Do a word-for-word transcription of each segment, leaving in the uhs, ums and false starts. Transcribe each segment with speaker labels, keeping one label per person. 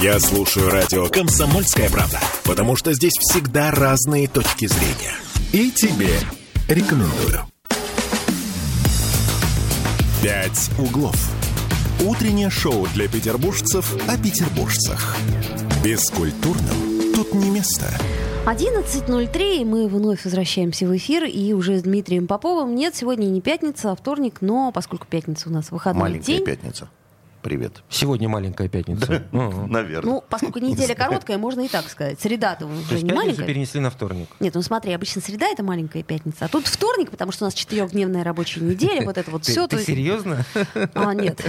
Speaker 1: Я слушаю радио «Комсомольская правда», потому что здесь всегда разные точки зрения. И тебе рекомендую. «Пять углов». Утреннее шоу для петербуржцев о петербуржцах. Бескультурным тут не место.
Speaker 2: одиннадцать ноль три, и мы вновь возвращаемся в эфир, и уже с Дмитрием Поповым. Нет, сегодня не пятница, а вторник, но поскольку пятница у нас выходной
Speaker 3: Маленькая
Speaker 2: день...
Speaker 3: пятница. Привет.
Speaker 4: Сегодня маленькая пятница.
Speaker 3: Да, наверное.
Speaker 2: Ну, поскольку неделя короткая, можно и так сказать. Среда-то уже
Speaker 4: То есть
Speaker 2: не
Speaker 4: пятницу
Speaker 2: маленькая.
Speaker 4: перенесли на вторник.
Speaker 2: Нет, ну смотри, обычно среда — это маленькая пятница, а тут вторник, потому что у нас четырехдневная рабочая неделя, вот это вот все.
Speaker 4: Ты серьезно?
Speaker 2: А, нет.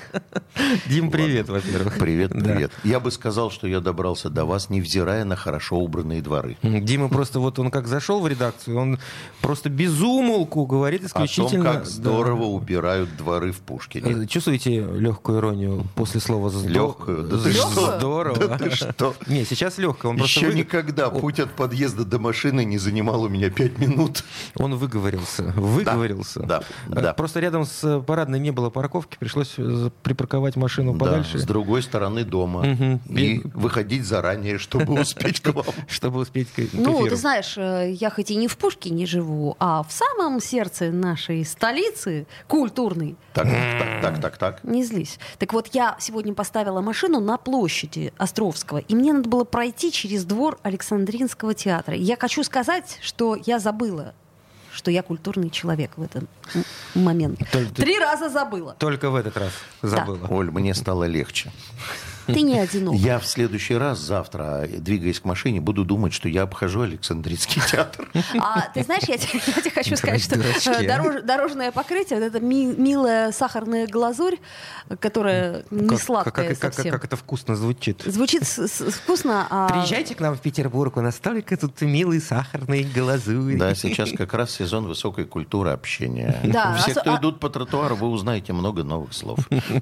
Speaker 4: Дим, привет, во-первых.
Speaker 3: Привет, привет. Я бы сказал, что я добрался до вас, невзирая на хорошо убранные дворы.
Speaker 4: Дима просто вот он как зашел в редакцию, он просто без умолку говорит исключительно...
Speaker 3: О том, как здорово убирают дворы в Пушкине.
Speaker 4: Чувствуете легкую иронию после слова «здорово»?
Speaker 3: Легкую? Да ты
Speaker 2: что?
Speaker 4: Здорово.
Speaker 3: Да ты что?
Speaker 4: Не, сейчас легко. Он просто
Speaker 3: Еще
Speaker 4: вы-
Speaker 3: никогда путь от подъезда до машины не занимал у меня пять минут.
Speaker 4: Он выговорился. Выговорился.
Speaker 3: Да,
Speaker 4: Э,
Speaker 3: да.
Speaker 4: Просто рядом с парадной не было парковки, пришлось э, припарковать машину
Speaker 3: Да,
Speaker 4: подальше,
Speaker 3: с другой стороны дома.
Speaker 4: Мгм.
Speaker 3: И выходить заранее, чтобы успеть к вам.
Speaker 4: чтобы успеть к к
Speaker 2: Ну,
Speaker 4: эфиру.
Speaker 2: ты знаешь, э, я хоть и не в Пушкине живу, а в самом сердце нашей столицы, культурной,
Speaker 3: Так, так, так, так, так.
Speaker 2: не злись. Так вот, я сегодня поставила машину на площади Островского, и мне надо было пройти через двор Александринского театра. И я хочу сказать, что я забыла, что я культурный человек в этот м- момент.
Speaker 4: Только-
Speaker 2: Три раза забыла.
Speaker 4: Только в этот раз забыла.
Speaker 3: Оль, мне стало легче.
Speaker 2: Ты не одинок.
Speaker 3: Я в следующий раз завтра, двигаясь к машине, буду думать, что я обхожу Александринский театр.
Speaker 2: А ты знаешь, я тебе, я тебе хочу сказать, что
Speaker 4: Дурачки,
Speaker 2: э,
Speaker 4: а?
Speaker 2: дорож- дорожное покрытие, вот эта ми- милая сахарная глазурь, которая не
Speaker 4: Как-
Speaker 2: сладкая
Speaker 4: как, как-
Speaker 2: совсем.
Speaker 4: как это вкусно звучит.
Speaker 2: Звучит с- с- вкусно, а...
Speaker 4: Приезжайте к нам в Петербург, у нас столько тут милый сахарный глазурь.
Speaker 3: Да, сейчас как раз сезон высокой культуры общения.
Speaker 2: Да,
Speaker 3: Все,
Speaker 2: осо-
Speaker 3: кто
Speaker 2: а-
Speaker 3: идут по тротуару, вы узнаете много новых слов.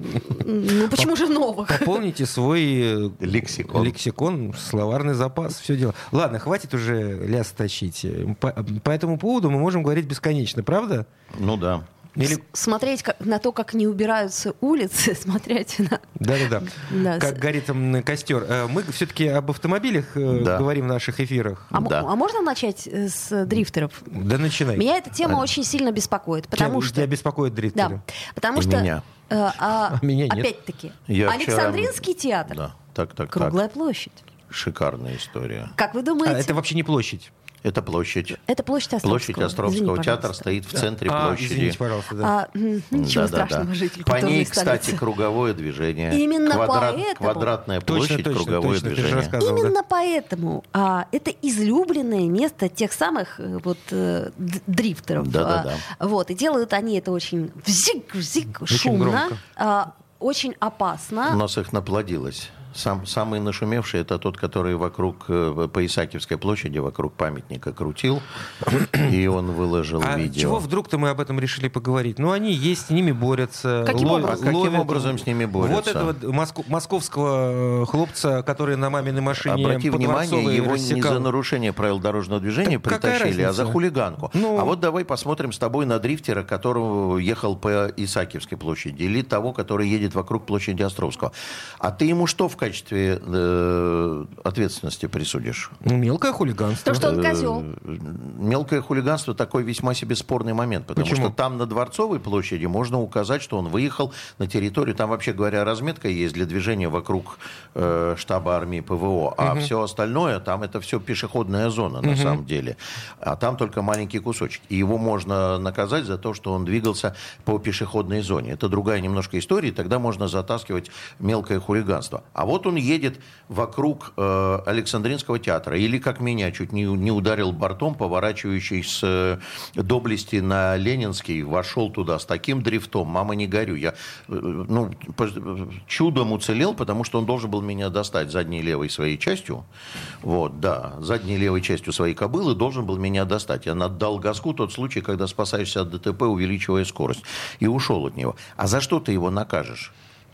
Speaker 2: Ну почему же новых?
Speaker 4: Пополните свой э,
Speaker 3: Лексикон.
Speaker 4: лексикон, словарный запас, все дело. Ладно, хватит уже ляс точить. По, по этому поводу мы можем говорить бесконечно, правда?
Speaker 3: Ну да.
Speaker 4: Или...
Speaker 2: С- Смотреть как- на то, как не убираются улицы, смотреть на...
Speaker 4: Да-да-да.
Speaker 2: Да,
Speaker 4: Как
Speaker 2: с-
Speaker 4: горит там костер. Э, Мы все-таки об автомобилях э,
Speaker 3: Да.
Speaker 4: говорим в наших эфирах.
Speaker 2: А, м-
Speaker 3: Да.
Speaker 2: а можно начать э, с дрифтеров?
Speaker 4: Да начинай.
Speaker 2: Меня эта тема очень сильно беспокоит, потому
Speaker 4: тебя,
Speaker 2: что...
Speaker 4: тебя беспокоит дрифтеры.
Speaker 2: Да, потому
Speaker 3: И
Speaker 2: что...
Speaker 3: меня.
Speaker 2: э, а,
Speaker 4: А меня нет.
Speaker 2: опять-таки,
Speaker 3: Я
Speaker 2: Александринский
Speaker 3: вчера-
Speaker 2: театр,
Speaker 3: Да, так, так,
Speaker 2: круглая
Speaker 3: так.
Speaker 2: площадь.
Speaker 3: Шикарная история.
Speaker 2: Как вы
Speaker 4: А,
Speaker 2: думаете?
Speaker 4: это вообще не площадь.
Speaker 3: Это площадь.
Speaker 2: Это площадь Островского.
Speaker 3: Площадь Островского.
Speaker 2: Извини,
Speaker 3: Театр
Speaker 2: пожалуйста.
Speaker 3: стоит в центре
Speaker 4: А,
Speaker 3: площади.
Speaker 4: извините, пожалуйста, да.
Speaker 2: А, м, ничего
Speaker 3: Да-да-да.
Speaker 2: страшного, житель
Speaker 3: По
Speaker 2: культурной
Speaker 3: ней, кстати,
Speaker 2: столицы.
Speaker 3: круговое движение.
Speaker 2: Именно
Speaker 3: Квадрат-
Speaker 2: поэтому-
Speaker 3: Квадратная
Speaker 4: Точно,
Speaker 3: площадь,
Speaker 4: точно,
Speaker 3: круговое
Speaker 4: точно, ты же
Speaker 3: движение.
Speaker 4: рассказывал. да.
Speaker 2: Именно поэтому а, это излюбленное место тех самых э, вот э, д- дрифтеров.
Speaker 3: Да-да-да.
Speaker 2: А, вот, и делают они это очень взик-взик,
Speaker 4: Очень
Speaker 2: шумно,
Speaker 4: громко.
Speaker 2: а, очень опасно.
Speaker 3: У нас их наплодилось. Сам, самый нашумевший — это тот, который вокруг, э, по Исаакиевской площади, вокруг памятника крутил, и он выложил
Speaker 4: А
Speaker 3: видео.
Speaker 4: чего вдруг-то мы об этом решили поговорить? Ну, они есть, с ними борются.
Speaker 2: Каким
Speaker 4: ловят-
Speaker 2: образом?
Speaker 3: А каким
Speaker 4: ловят.
Speaker 3: образом с ними борются?
Speaker 4: Вот этого моско- московского э, хлопца, который на маминой машине
Speaker 3: Обрати
Speaker 4: по
Speaker 3: внимание,
Speaker 4: Дворцовой
Speaker 3: его не
Speaker 4: рассекал.
Speaker 3: за нарушение правил дорожного движения
Speaker 4: Так какая
Speaker 3: притащили, а за
Speaker 4: разница?
Speaker 3: хулиганку.
Speaker 4: Ну.
Speaker 3: А вот давай посмотрим с тобой на дрифтера, который ехал по Исаакиевской площади, или того, который едет вокруг площади Островского. А ты ему что в качестве э, ответственности присудишь?
Speaker 4: Ну, мелкое хулиганство.
Speaker 2: То, что он козел.
Speaker 3: Э, Мелкое хулиганство — такой весьма себе спорный момент, потому
Speaker 4: Почему?
Speaker 3: что там на Дворцовой площади можно указать, что он выехал на территорию, там, вообще говоря, разметка есть для движения вокруг э, штаба армии ПВО, а все остальное, там это все пешеходная зона на самом деле, а там только маленький кусочек. И его можно наказать за то, что он двигался по пешеходной зоне. Это другая немножко история, и тогда можно затаскивать мелкое хулиганство. А вот он едет вокруг э, Александринского театра, или, как меня, чуть не, не ударил бортом, поворачивающий с э, Доблести на Ленинский, вошел туда с таким дрифтом, мама, не горю. Я э, ну, по- чудом уцелел, потому что он должен был меня достать задней левой своей частью. Вот, да, задней левой частью своей кобылы должен был меня достать. Я наддал газку, тот случай, когда спасаешься от ДТП, увеличивая скорость, и ушел от него. А за что ты его накажешь?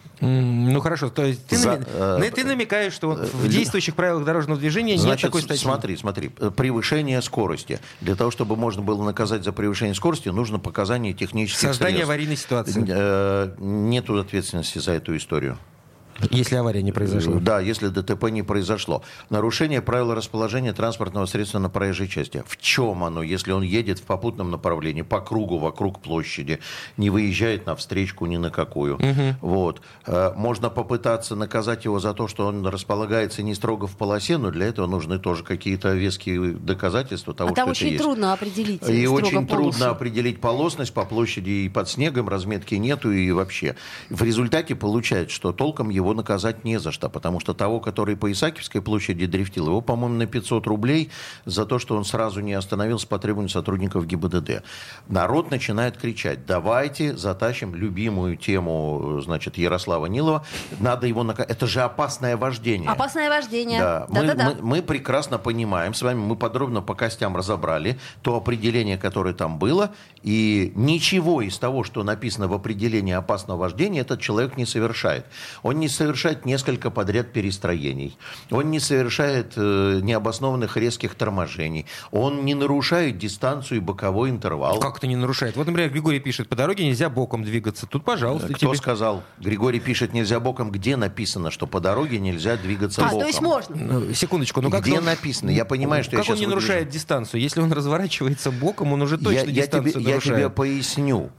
Speaker 4: М, Ну хорошо, то есть ты,
Speaker 3: За-
Speaker 4: нами-
Speaker 3: э,
Speaker 4: ну, ты намекаешь, что в действующих правилах дорожного движения нет
Speaker 3: Значит,
Speaker 4: такой статьи.
Speaker 3: смотри, смотри, превышение скорости. Для того, чтобы можно было наказать за превышение скорости, нужно показание технических
Speaker 4: Создание
Speaker 3: средств.
Speaker 4: аварийной ситуации.
Speaker 3: Э, Нету ответственности за эту историю.
Speaker 4: Если авария не произошла.
Speaker 3: Да, если ДТП не произошло. Нарушение правил расположения транспортного средства на проезжей части. В чем оно, если он едет в попутном направлении, по кругу, вокруг площади, не выезжает на встречку ни на какую. Угу. Вот. Можно попытаться наказать его за то, что он располагается не строго в полосе, но для этого нужны тоже какие-то веские доказательства того,
Speaker 2: а
Speaker 3: что
Speaker 2: там
Speaker 3: это
Speaker 2: очень
Speaker 3: есть.
Speaker 2: трудно определить.
Speaker 3: И очень
Speaker 2: полосу.
Speaker 3: трудно определить полосность по площади и под снегом, разметки нету и вообще. В результате получается, что толком его наказать не за что, потому что того, который по Исаакиевской площади дрифтил, его, по-моему, на пятьсот рублей за то, что он сразу не остановился по требованию сотрудников ГИБДД. Народ начинает кричать: давайте затащим любимую тему, значит, Ярослава Нилова, надо его наказать. Это же опасное вождение.
Speaker 2: Опасное вождение.
Speaker 3: Да.
Speaker 2: Да,
Speaker 3: мы,
Speaker 2: да, да.
Speaker 3: Мы, мы прекрасно понимаем, с вами мы подробно по костям разобрали то определение, которое там было, и ничего из того, что написано в определении опасного вождения, этот человек не совершает. Он не совершает несколько подряд перестроений. Он не совершает э, необоснованных резких торможений. Он не нарушает дистанцию и боковой интервал.
Speaker 4: Как это не нарушает? Вот, например, Григорий пишет: по дороге нельзя боком двигаться. Тут, пожалуйста,
Speaker 3: Кто
Speaker 4: тебе...
Speaker 3: сказал? Григорий пишет: нельзя боком. Где написано, что по дороге нельзя двигаться
Speaker 2: а,
Speaker 3: боком?
Speaker 2: то есть можно?
Speaker 4: Ну, секундочку, ну как
Speaker 3: Где
Speaker 4: он...
Speaker 3: написано? Я понимаю, что
Speaker 4: как
Speaker 3: я
Speaker 4: он
Speaker 3: сейчас
Speaker 4: не нарушает
Speaker 3: выгляжу.
Speaker 4: дистанцию? Если он разворачивается боком, он уже точно
Speaker 3: я, я
Speaker 4: дистанцию
Speaker 3: тебе,
Speaker 4: нарушает.
Speaker 3: Я тебе поясню.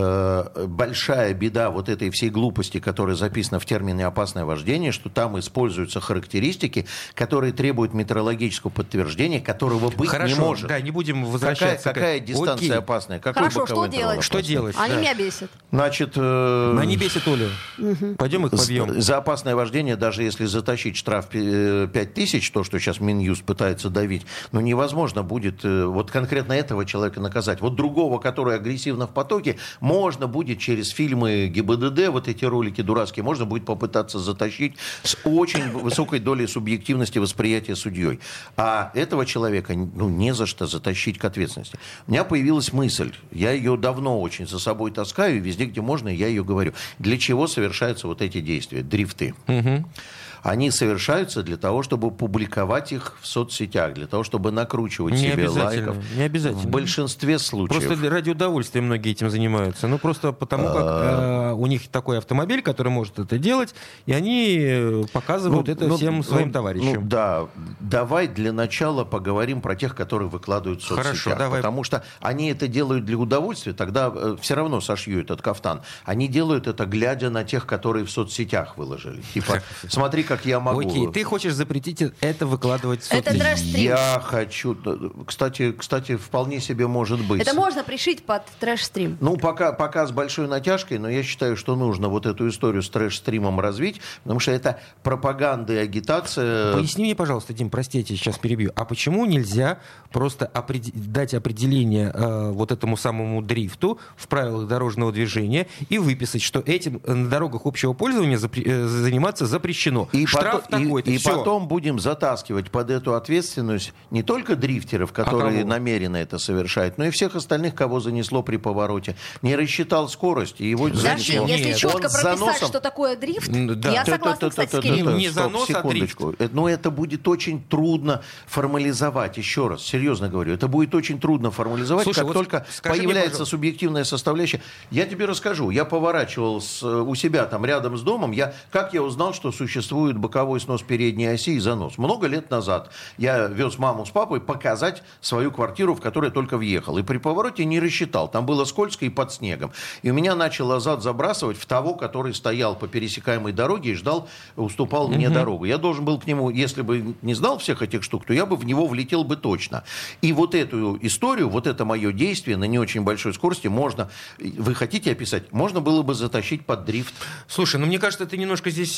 Speaker 3: Большая беда вот этой всей глупости, которая записана в термине «опасное вождение», что там используются характеристики, которые требуют метеорологического подтверждения, которого быть
Speaker 4: Хорошо,
Speaker 3: не может.
Speaker 4: Да, не будем возвращаться.
Speaker 3: Какая, какая дистанция
Speaker 4: Окей.
Speaker 3: опасная? Какой
Speaker 2: Хорошо,
Speaker 3: боковой
Speaker 2: что
Speaker 3: интервал
Speaker 2: делать?
Speaker 4: Что
Speaker 3: опасный?
Speaker 4: делать?
Speaker 2: Они
Speaker 4: Да.
Speaker 2: меня бесят.
Speaker 3: Значит, э...
Speaker 4: Они бесят Олю. Угу. Пойдем их побьем.
Speaker 3: За опасное вождение, даже если затащить штраф пять тысяч, то, что сейчас Минюст пытается давить, ну, невозможно будет вот конкретно этого человека наказать. Вот другого, который агрессивно в потоке, можно будет через фильмы ГИБДД, вот эти ролики дурацкие, можно будет попытаться затащить с очень высокой долей субъективности восприятия судьей. А этого человека, ну, не за что затащить к ответственности. У меня появилась мысль, я ее давно очень за собой таскаю, и везде, где можно, я ее говорю. Для чего совершаются вот эти действия, дрифты? Угу. Они совершаются для того, чтобы публиковать их в соцсетях, для того, чтобы накручивать
Speaker 4: не
Speaker 3: себе
Speaker 4: обязательно,
Speaker 3: лайков.
Speaker 4: Не обязательно.
Speaker 3: В большинстве случаев.
Speaker 4: Просто ради удовольствия многие этим занимаются. Ну, просто потому, как э, у них такой автомобиль, который может это делать, и они показывают
Speaker 3: Ну,
Speaker 4: это
Speaker 3: ну,
Speaker 4: всем своим
Speaker 3: ну,
Speaker 4: товарищам.
Speaker 3: Ну, да, давай для начала поговорим про тех, которые выкладывают в соцсетях.
Speaker 4: Хорошо, давай.
Speaker 3: Потому что они это делают для удовольствия, тогда э, все равно сошью этот кафтан. Они делают это, глядя на тех, которые в соцсетях выложили. Типа, смотри, как я могу.
Speaker 4: Окей, ты хочешь запретить это выкладывать в
Speaker 2: Это
Speaker 4: соцсети?
Speaker 2: трэш-стрим.
Speaker 3: Я хочу... Кстати, кстати, вполне себе может быть.
Speaker 2: Это можно пришить под трэш-стрим.
Speaker 3: Ну, пока, пока с большой натяжкой, но я считаю, что нужно вот эту историю с трэш-стримом развить, потому что это пропаганда и агитация.
Speaker 4: Поясни мне, пожалуйста, Дим, прости, я тебя сейчас перебью. А почему нельзя просто опред... дать определение э, вот этому самому дрифту в правилах дорожного движения и выписать, что этим на дорогах общего пользования запре... э, заниматься запрещено?
Speaker 3: И
Speaker 4: Штраф
Speaker 3: потом,
Speaker 4: такой-то,
Speaker 3: и, и
Speaker 4: всё.
Speaker 3: потом будем затаскивать под эту ответственность не только дрифтеров, которые
Speaker 4: кого?
Speaker 3: намеренно это совершают, но и всех остальных, кого занесло при повороте. Не рассчитал скорость, и его
Speaker 2: Подожди,
Speaker 3: занесло.
Speaker 2: если
Speaker 4: Нет,
Speaker 2: четко
Speaker 3: Он с
Speaker 2: прописать,
Speaker 3: заносом-
Speaker 2: что такое дрифт,
Speaker 4: М, да.
Speaker 2: я согласна,
Speaker 3: Та-та-та-та-та-та-та.
Speaker 2: кстати, с Кириллом.
Speaker 4: Не
Speaker 3: Стоп,
Speaker 4: занос, а
Speaker 3: секундочку. Э, Но это будет очень трудно формализовать. Еще раз, серьезно говорю, это будет очень трудно формализовать,
Speaker 4: Слушай,
Speaker 3: как
Speaker 4: вот
Speaker 3: только
Speaker 4: скажи мне,
Speaker 3: появляется
Speaker 4: пожалуйста.
Speaker 3: субъективная составляющая. Я тебе расскажу. Я поворачивал с, у себя там рядом с домом. Я, как я узнал, что существует боковой снос передней оси и занос? Много лет назад я вез маму с папой показать свою квартиру, в которую я только въехал. И при повороте не рассчитал. Там было скользко и под снегом. И у меня начал Азат забрасывать в того, который стоял по пересекаемой дороге и ждал, уступал мне
Speaker 4: Мгм.
Speaker 3: дорогу. Я должен был к нему, если бы не знал всех этих штук, то я бы в него влетел бы точно. И вот эту историю, вот это мое действие на не очень большой скорости можно, вы хотите описать, можно было бы затащить под дрифт.
Speaker 4: Слушай, ну мне кажется, ты немножко здесь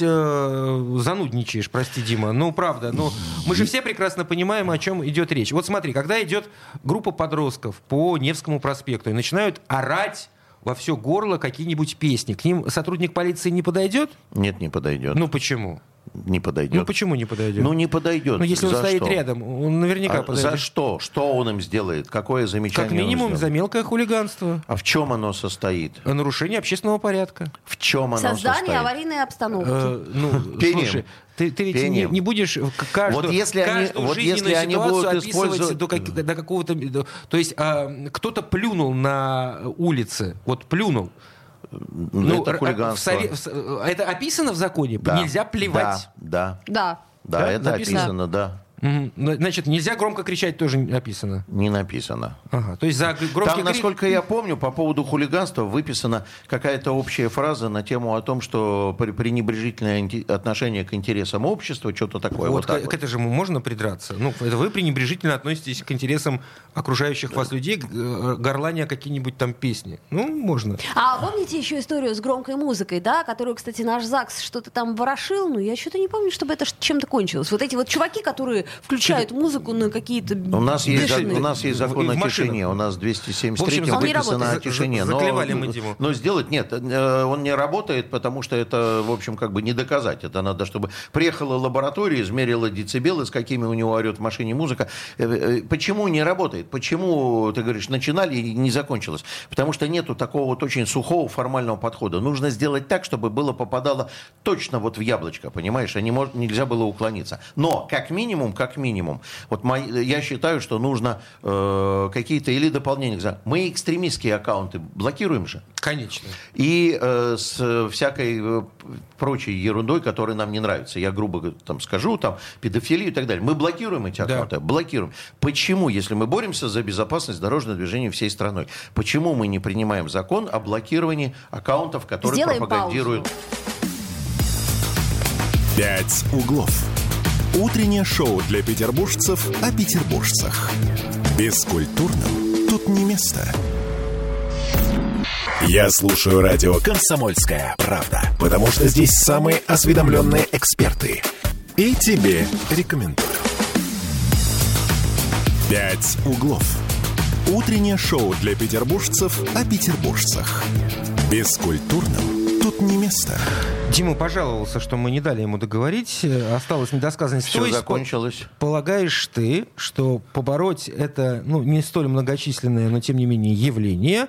Speaker 4: э, занудничаешь, прости, Дима. Ну, правда, ну, мы же все прекрасно понимаем, о чем идет речь. Вот смотри, когда идет группа подростков по Невскому проспекту и начинают орать во все горло какие-нибудь песни, к ним сотрудник полиции не подойдет?
Speaker 3: Нет, не подойдет.
Speaker 4: Ну, почему?
Speaker 3: Не подойдет.
Speaker 4: Ну, почему не подойдет?
Speaker 3: Ну, не подойдет.
Speaker 4: Ну, если он
Speaker 3: За
Speaker 4: стоит
Speaker 3: что?
Speaker 4: рядом, он наверняка
Speaker 3: А
Speaker 4: подойдет.
Speaker 3: за что? Что он им сделает? Какое замечание
Speaker 4: Как минимум
Speaker 3: он
Speaker 4: за
Speaker 3: сделает?
Speaker 4: мелкое хулиганство.
Speaker 3: А в чем оно состоит?
Speaker 4: Нарушение общественного порядка.
Speaker 3: В чем оно
Speaker 2: Создание
Speaker 3: состоит?
Speaker 2: аварийной обстановки.
Speaker 4: Э, ну,
Speaker 3: Пением.
Speaker 4: слушай, ты, ты ведь не,
Speaker 3: Пением.
Speaker 4: не будешь к- каждую,
Speaker 3: Вот если они-
Speaker 4: каждую
Speaker 3: вот
Speaker 4: жизненную
Speaker 3: если они
Speaker 4: ситуацию
Speaker 3: будут
Speaker 4: описывать
Speaker 3: использовать-
Speaker 4: до, как- до какого-то... до- То есть а, кто-то плюнул на улице, вот плюнул,
Speaker 3: Ну, это хулиганство.
Speaker 4: В сове... Это описано в законе?
Speaker 3: Да.
Speaker 4: Нельзя плевать?
Speaker 3: Да, да.
Speaker 2: Да.
Speaker 3: Да,
Speaker 4: Да,
Speaker 3: это
Speaker 4: написано?
Speaker 3: описано, да.
Speaker 4: Мгм. Ну, значит, нельзя громко кричать, тоже написано.
Speaker 3: Не написано.
Speaker 4: Ага. То есть за громкий
Speaker 3: Там,
Speaker 4: крик...
Speaker 3: насколько я помню, по поводу хулиганства выписана какая-то общая фраза на тему о том, что при- пренебрежительное инте- отношение к интересам общества, что-то такое.
Speaker 4: Вот,
Speaker 3: Вот так
Speaker 4: к,
Speaker 3: вот.
Speaker 4: к этому можно придраться? Ну, это вы пренебрежительно относитесь к интересам окружающих вас людей, г- э, горлания какие-нибудь там песни. Ну, можно.
Speaker 2: А помните еще историю с громкой музыкой, да, которую, кстати, наш ЗАГС что-то там ворошил, но я что-то не помню, чтобы это ш- чем-то кончилось. Вот эти вот чуваки, которые включают музыку на какие-то
Speaker 3: У нас, есть, зак-
Speaker 2: бешеные...
Speaker 3: у нас есть
Speaker 4: В-
Speaker 3: закон
Speaker 4: в
Speaker 3: о
Speaker 4: машинах.
Speaker 3: тишине. У нас в двести семьдесят третьем
Speaker 4: В общем,
Speaker 2: он не
Speaker 3: выписано о
Speaker 2: работает.
Speaker 3: тишине.
Speaker 4: За-
Speaker 3: Но,
Speaker 4: заклевали мы Диму.
Speaker 3: но сделать нет, э, он не работает, потому что это, в общем, как бы не доказать. Это надо, чтобы приехала лаборатория, измерила децибелы, с какими у него орет в машине музыка. Э, э, Почему не работает? Почему, ты говоришь, начинали и не закончилось? Потому что нету такого вот очень сухого формального подхода. Нужно сделать так, чтобы было попадало точно вот в яблочко, понимаешь? А не мож- нельзя было уклониться. Но, как минимум, как минимум, вот мои- я считаю, что нужно э, какие-то или дополнения. Мы экстремистские аккаунты блокируем же.
Speaker 4: Конечно.
Speaker 3: И э, с всякой э, прочей ерундой, которая нам не нравится. Я грубо там скажу, там, педофилию и так далее. Мы блокируем эти аккаунты?
Speaker 4: Да.
Speaker 3: Блокируем. Почему, если мы боремся за безопасность дорожного движения всей страной, почему мы не принимаем закон о блокировании аккаунтов, которые
Speaker 2: Сделаем
Speaker 3: пропагандируют...
Speaker 2: паузу.
Speaker 1: «Пять углов». Утреннее шоу для петербуржцев о петербуржцах. Бескультурным тут не место. Я слушаю радио «Комсомольская правда», потому что здесь самые осведомленные эксперты. И тебе рекомендую. «Пять углов». Утреннее шоу для петербуржцев о петербуржцах. Бескультурным тут не место.
Speaker 4: Дима пожаловался, что мы не дали ему договорить. Осталась недосказанность.
Speaker 3: Все
Speaker 4: То есть,
Speaker 3: закончилось.
Speaker 4: по- Полагаешь ты, что побороть это, ну, не столь многочисленное, но тем не менее явление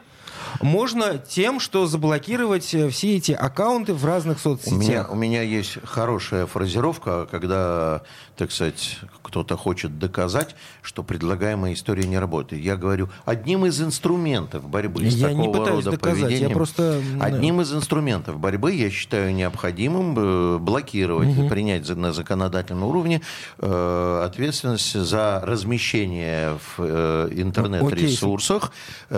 Speaker 4: можно тем, что заблокировать э, все эти аккаунты в разных
Speaker 3: У меня,
Speaker 4: соцсетях?
Speaker 3: у меня есть хорошая фразировка, когда, так сказать, кто-то хочет доказать, что предлагаемая история не работает. Я говорю, одним из инструментов борьбы с
Speaker 4: Я не
Speaker 3: такого
Speaker 4: пытаюсь
Speaker 3: рода
Speaker 4: доказать, я
Speaker 3: поведением,
Speaker 4: просто, м,
Speaker 3: одним из инструментов борьбы я считаю необходимым э, блокировать,
Speaker 4: Мгм.
Speaker 3: принять за- на законодательном уровне э, ответственность за размещение в э, интернет-ресурсах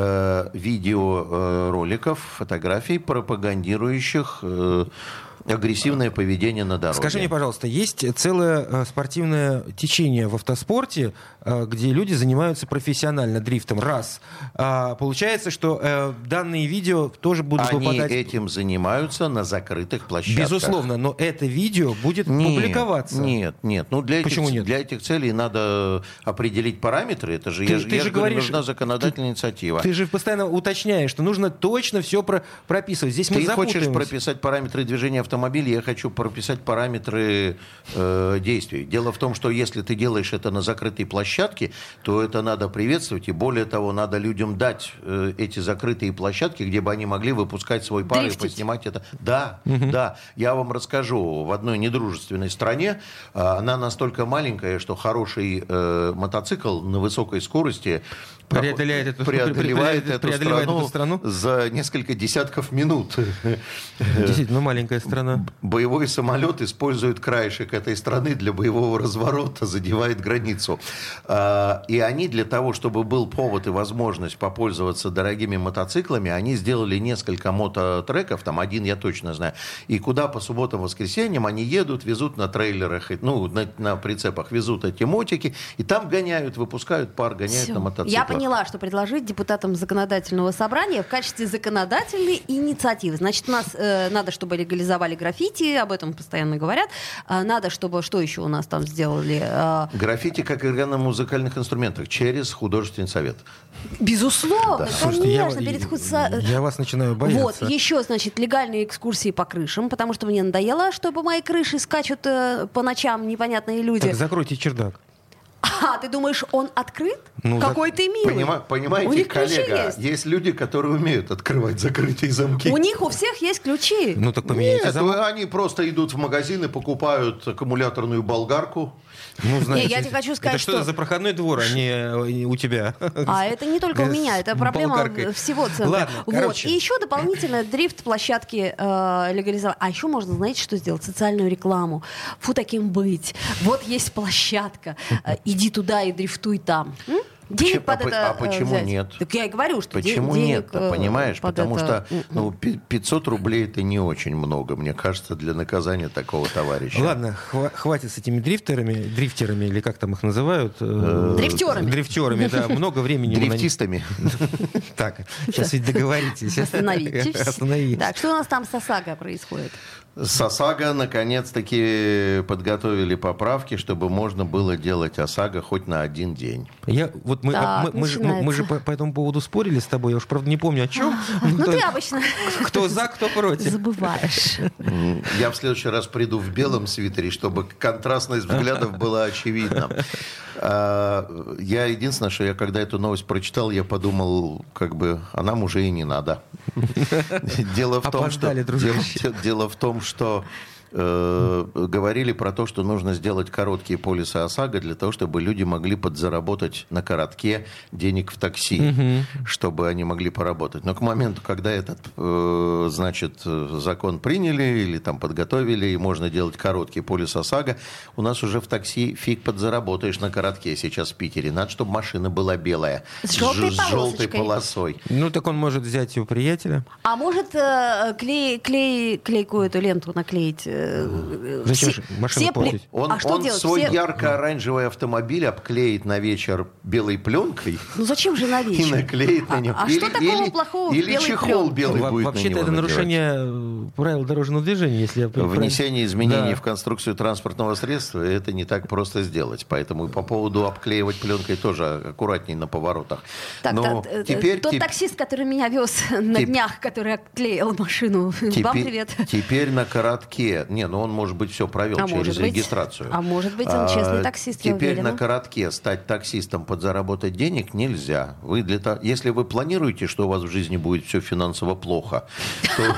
Speaker 3: э, видеороликов, фотографий, пропагандирующих э, агрессивное поведение на дороге.
Speaker 4: Скажи мне, пожалуйста, есть целое э, спортивное течение в автоспорте, э, где люди занимаются профессионально дрифтом. Раз. А, получается, что э, данные видео тоже будут
Speaker 3: Они
Speaker 4: попадать...
Speaker 3: этим занимаются на закрытых площадках.
Speaker 4: Безусловно, но это видео будет
Speaker 3: Нет,
Speaker 4: публиковаться.
Speaker 3: Нет, нет. Ну, для,
Speaker 4: Почему
Speaker 3: этих,
Speaker 4: нет?
Speaker 3: для этих целей надо определить параметры. Это же,
Speaker 4: Ты-
Speaker 3: я, же-
Speaker 4: ты
Speaker 3: я
Speaker 4: же
Speaker 3: же говорю,
Speaker 4: говоришь,
Speaker 3: нужна законодательная инициатива.
Speaker 4: Ты же постоянно уточняешь, что нужно точно все про- прописывать. Здесь мы
Speaker 3: Ты хочешь
Speaker 4: запутаемся.
Speaker 3: прописать параметры движения автомобиля, я хочу прописать параметры э, действий. Дело в том, что если ты делаешь это на закрытой площадке, то это надо приветствовать, и более того, надо людям дать э, эти закрытые площадки, где бы они могли выпускать свой пар и
Speaker 2: Дрифтить.
Speaker 3: поснимать это. Да, да. Я вам расскажу, в одной недружественной стране, э, она настолько маленькая, что хороший э, мотоцикл на высокой скорости
Speaker 4: Преодоляет эту-
Speaker 3: преодолевает
Speaker 4: преодолевает
Speaker 3: эту
Speaker 4: преодолевает эту
Speaker 3: страну
Speaker 4: страну?
Speaker 3: за несколько десятков минут.
Speaker 4: Действительно, маленькая страна.
Speaker 3: Боевой самолет использует краешек этой страны для боевого разворота, задевает границу. А, И они для того, чтобы был повод и возможность попользоваться дорогими мотоциклами, они сделали несколько мототреков, там один я точно знаю, и куда по субботам, воскресеньям они едут, везут на трейлерах, ну, на, на прицепах, везут эти мотики, и там гоняют, выпускают пар, гоняют
Speaker 2: Всё.
Speaker 3: на мотоциклах.
Speaker 2: Я поняла, что предложить депутатам законодательного собрания в качестве законодательной инициативы. Значит, у нас э, надо, чтобы легализовали граффити, об этом постоянно говорят. А, надо, чтобы... Что еще у нас там сделали? А,
Speaker 3: Граффити как игра на музыкальных инструментах через художественный совет.
Speaker 2: безусловно,
Speaker 3: Да.
Speaker 4: Слушайте, я,
Speaker 2: конечно, перед худса-
Speaker 4: я вас начинаю бояться.
Speaker 2: Вот, еще, значит, легальные экскурсии по крышам, потому что мне надоело, что по моей крыше скачут э, по ночам непонятные люди.
Speaker 4: Так, закройте чердак.
Speaker 2: А, ты думаешь, он открыт?
Speaker 4: Ну,
Speaker 2: Какой
Speaker 4: за...
Speaker 2: ты милый.
Speaker 3: Понима- понимаете,
Speaker 2: у них ключи
Speaker 3: коллега,
Speaker 2: есть.
Speaker 3: есть люди, которые умеют открывать закрытые замки.
Speaker 2: У них у всех есть ключи.
Speaker 4: Ну так поменяйте
Speaker 3: Нет,
Speaker 4: замок.
Speaker 3: они просто идут в магазин и покупают аккумуляторную болгарку.
Speaker 4: Ну, знаете,
Speaker 2: Не, я тебе хочу сказать,
Speaker 4: это что,
Speaker 2: что-
Speaker 4: за проходной двор, а не у тебя?
Speaker 2: А это не только у меня, это проблема
Speaker 4: Болгаркой.
Speaker 2: всего центра.
Speaker 4: Ладно,
Speaker 2: вот.
Speaker 4: короче.
Speaker 2: И еще дополнительно дрифт-площадки э, легализовать. А еще можно, знаете, что сделать? Социальную рекламу. Фу, таким быть. Вот есть площадка. Э, иди туда и дрифтуй там. М? Денег
Speaker 3: Почему-
Speaker 2: под
Speaker 3: а по-
Speaker 2: это
Speaker 3: а почему
Speaker 2: взять.
Speaker 3: нет?
Speaker 2: Так я и говорю, что де-
Speaker 3: Почему
Speaker 2: денег,
Speaker 3: нет-то,
Speaker 2: э,
Speaker 3: понимаешь?
Speaker 2: под
Speaker 3: Потому
Speaker 2: это-
Speaker 3: что ну, пи- пятьсот рублей это не очень много, мне кажется, для наказания такого товарища.
Speaker 4: Ладно, хва- хватит с этими дрифтерами, дрифтерами, или как там их называют? Э,
Speaker 2: Дрифтерами.
Speaker 4: Дрифтерами, да. Много времени мы на них-
Speaker 3: Дрифтистами.
Speaker 4: Так, сейчас ведь договоритесь.
Speaker 2: Остановитесь.
Speaker 4: Остановитесь.
Speaker 2: Так, что у нас там с ОСАГО происходит?
Speaker 3: С ОСАГО наконец-таки подготовили поправки, чтобы можно было делать ОСАГО хоть на один день.
Speaker 4: Я, вот мы,
Speaker 2: Так,
Speaker 4: мы, мы же, мы- мы же по, по этому поводу спорили с тобой, я уж правда не помню о чем.
Speaker 2: Ну,
Speaker 4: Кто-
Speaker 2: ты обычно
Speaker 4: Кто за, кто против.
Speaker 2: забываешь.
Speaker 3: М, Я в следующий раз приду в белом свитере, чтобы контрастность взглядов была очевидна. А, Я единственное, что я когда эту новость прочитал, я подумал, как бы, а нам уже и не надо. Дело в том, что
Speaker 4: Опоздали, дружище.
Speaker 3: дело- дело в том, что э, говорили про то, что нужно сделать короткие полисы ОСАГО для того, чтобы люди могли подзаработать на коротке денег в такси, чтобы они могли поработать. Но к моменту, когда этот, э, значит, закон приняли или там подготовили, и можно делать короткий полис ОСАГО, у нас уже в такси фиг подзаработаешь на коротке сейчас в Питере. Надо, чтобы машина была белая,
Speaker 2: С желтой
Speaker 3: ж- с желтой
Speaker 2: полосочкой.
Speaker 3: полосой.
Speaker 4: Ну, так он может взять у приятеля.
Speaker 2: А может э, клей, клей, клейкую эту ленту наклеить? э,
Speaker 4: Зачем
Speaker 2: все-
Speaker 4: же машину
Speaker 2: все пли-
Speaker 4: портить?
Speaker 3: Он,
Speaker 2: а что
Speaker 3: он
Speaker 2: делать?
Speaker 3: свой
Speaker 2: Все-
Speaker 3: ярко-оранжевый автомобиль обклеит на вечер белой пленкой
Speaker 2: Ну зачем же на
Speaker 3: и
Speaker 2: вечер?
Speaker 3: наклеит на
Speaker 2: А-
Speaker 3: нем.
Speaker 2: а что такого плохого в
Speaker 3: Или
Speaker 2: белой
Speaker 3: чехол
Speaker 2: пленке?
Speaker 3: белый
Speaker 4: Во-
Speaker 3: будет на
Speaker 4: Вообще-то
Speaker 3: него
Speaker 4: это
Speaker 3: надевать.
Speaker 4: нарушение э, правил дорожного движения, если я правильно-
Speaker 3: Внесение изменений
Speaker 4: Да.
Speaker 3: в конструкцию транспортного средства, это не так просто сделать. Поэтому и по поводу обклеивать пленкой тоже аккуратней на поворотах.
Speaker 2: Так,
Speaker 3: Но
Speaker 2: та- э,
Speaker 3: теперь,
Speaker 2: тот
Speaker 3: теп-
Speaker 2: таксист, который меня вез на
Speaker 3: Теп-
Speaker 2: днях, который отклеил машину, вам
Speaker 3: теперь,
Speaker 2: привет.
Speaker 3: теперь на коротке. Не, ну он, может быть, все провел
Speaker 2: А
Speaker 3: через
Speaker 2: может быть.
Speaker 3: регистрацию.
Speaker 2: А может быть, он честный
Speaker 3: А,
Speaker 2: таксист, я
Speaker 3: Теперь
Speaker 2: уверена.
Speaker 3: на коротке стать таксистом, подзаработать денег нельзя. Вы для того, если вы планируете, что у вас в жизни будет все финансово плохо, то,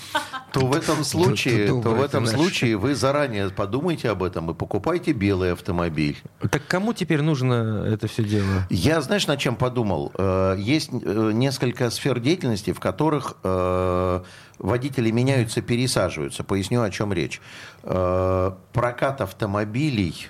Speaker 3: то в этом случае,
Speaker 4: Тут
Speaker 3: то в
Speaker 4: добрый
Speaker 3: этом
Speaker 4: ты наш.
Speaker 3: случае вы заранее подумайте об этом и покупайте белый автомобиль.
Speaker 4: Так кому теперь нужно это все дело?
Speaker 3: Я, знаешь, над чем подумал? Э, Есть э, несколько сфер деятельности, в которых э, водители меняются, пересаживаются. Поясню, о чем речь. Э, Прокат автомобилей.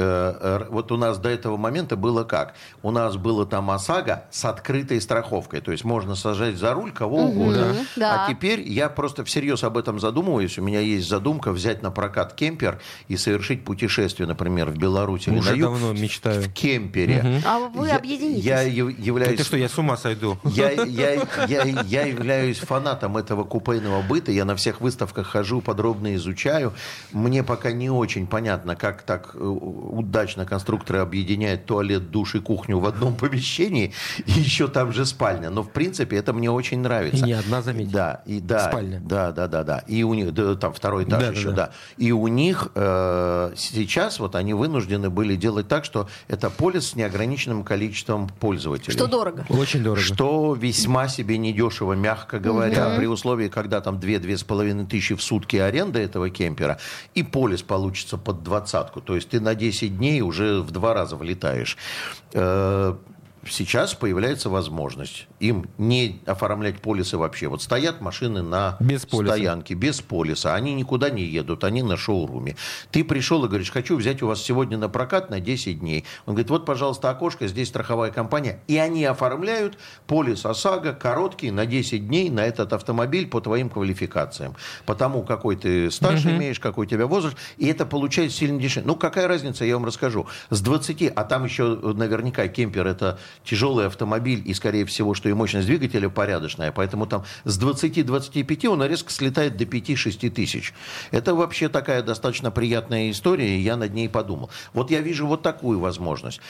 Speaker 3: э, э, Вот у нас до этого момента было как? У нас было там ОСАГО с открытой страховкой. То есть можно сажать за руль кого угодно.
Speaker 2: да.
Speaker 3: А теперь я просто всерьез об этом задумываюсь. У меня есть задумка взять на прокат кемпер и совершить путешествие, например, в Беларусь или
Speaker 4: Уже
Speaker 3: на юг
Speaker 4: давно мечтаю.
Speaker 3: в кемпере.
Speaker 2: А вы
Speaker 3: Я-
Speaker 2: объединитесь.
Speaker 3: Я яв- являюсь...
Speaker 4: Это что, я с ума сойду?
Speaker 3: Я, я, я, я являюсь фанатом этого купейного быта. Я на всех выставках хожу, подробно изучаю. Мне пока не очень понятно, как так э, удачно конструкторы объединяют туалет, душ и кухню в одном помещении, и еще там же спальня. Но, в принципе, это мне очень нравится.
Speaker 4: И не одна, заметь.
Speaker 3: Да, и да,
Speaker 4: Спальня.
Speaker 3: да, да, да, да. И у них да, там второй этаж
Speaker 4: Да, да,
Speaker 3: еще,
Speaker 4: да.
Speaker 3: да. И у них э, сейчас вот они вынуждены были делать так, что это полис с неограниченным количеством пользователей.
Speaker 2: Что дорого.
Speaker 4: Очень дорого.
Speaker 3: Что весьма себе недешево, мягко говоря, при условии, когда там две-две с половиной тысячи в сутки аренда этого кемпера, и полис получится под двадцатку. То есть ты на десять дней уже в два раза влетаешь. Э, Сейчас появляется возможность им не оформлять полисы вообще. Вот стоят машины на
Speaker 4: Без полиса.
Speaker 3: стоянке, без полиса. Они никуда не едут, они на шоуруме. Ты пришел и говоришь, хочу взять у вас сегодня на прокат на десять дней. Он говорит, вот, пожалуйста, окошко, здесь страховая компания. И они оформляют полис ОСАГО короткий на десять дней на этот автомобиль по твоим квалификациям. Потому какой ты стаж
Speaker 4: Мгм.
Speaker 3: имеешь, какой у тебя возраст. И это получается сильно дешевле. Ну, какая разница, я вам расскажу. С двадцати, а там еще наверняка кемпер это тяжелый автомобиль, и, скорее всего, что и мощность двигателя порядочная, поэтому там с двадцати-двадцати пяти он резко слетает до пяти-шести тысяч. Это вообще такая достаточно приятная история, и я над ней подумал. Вот я вижу вот такую возможность.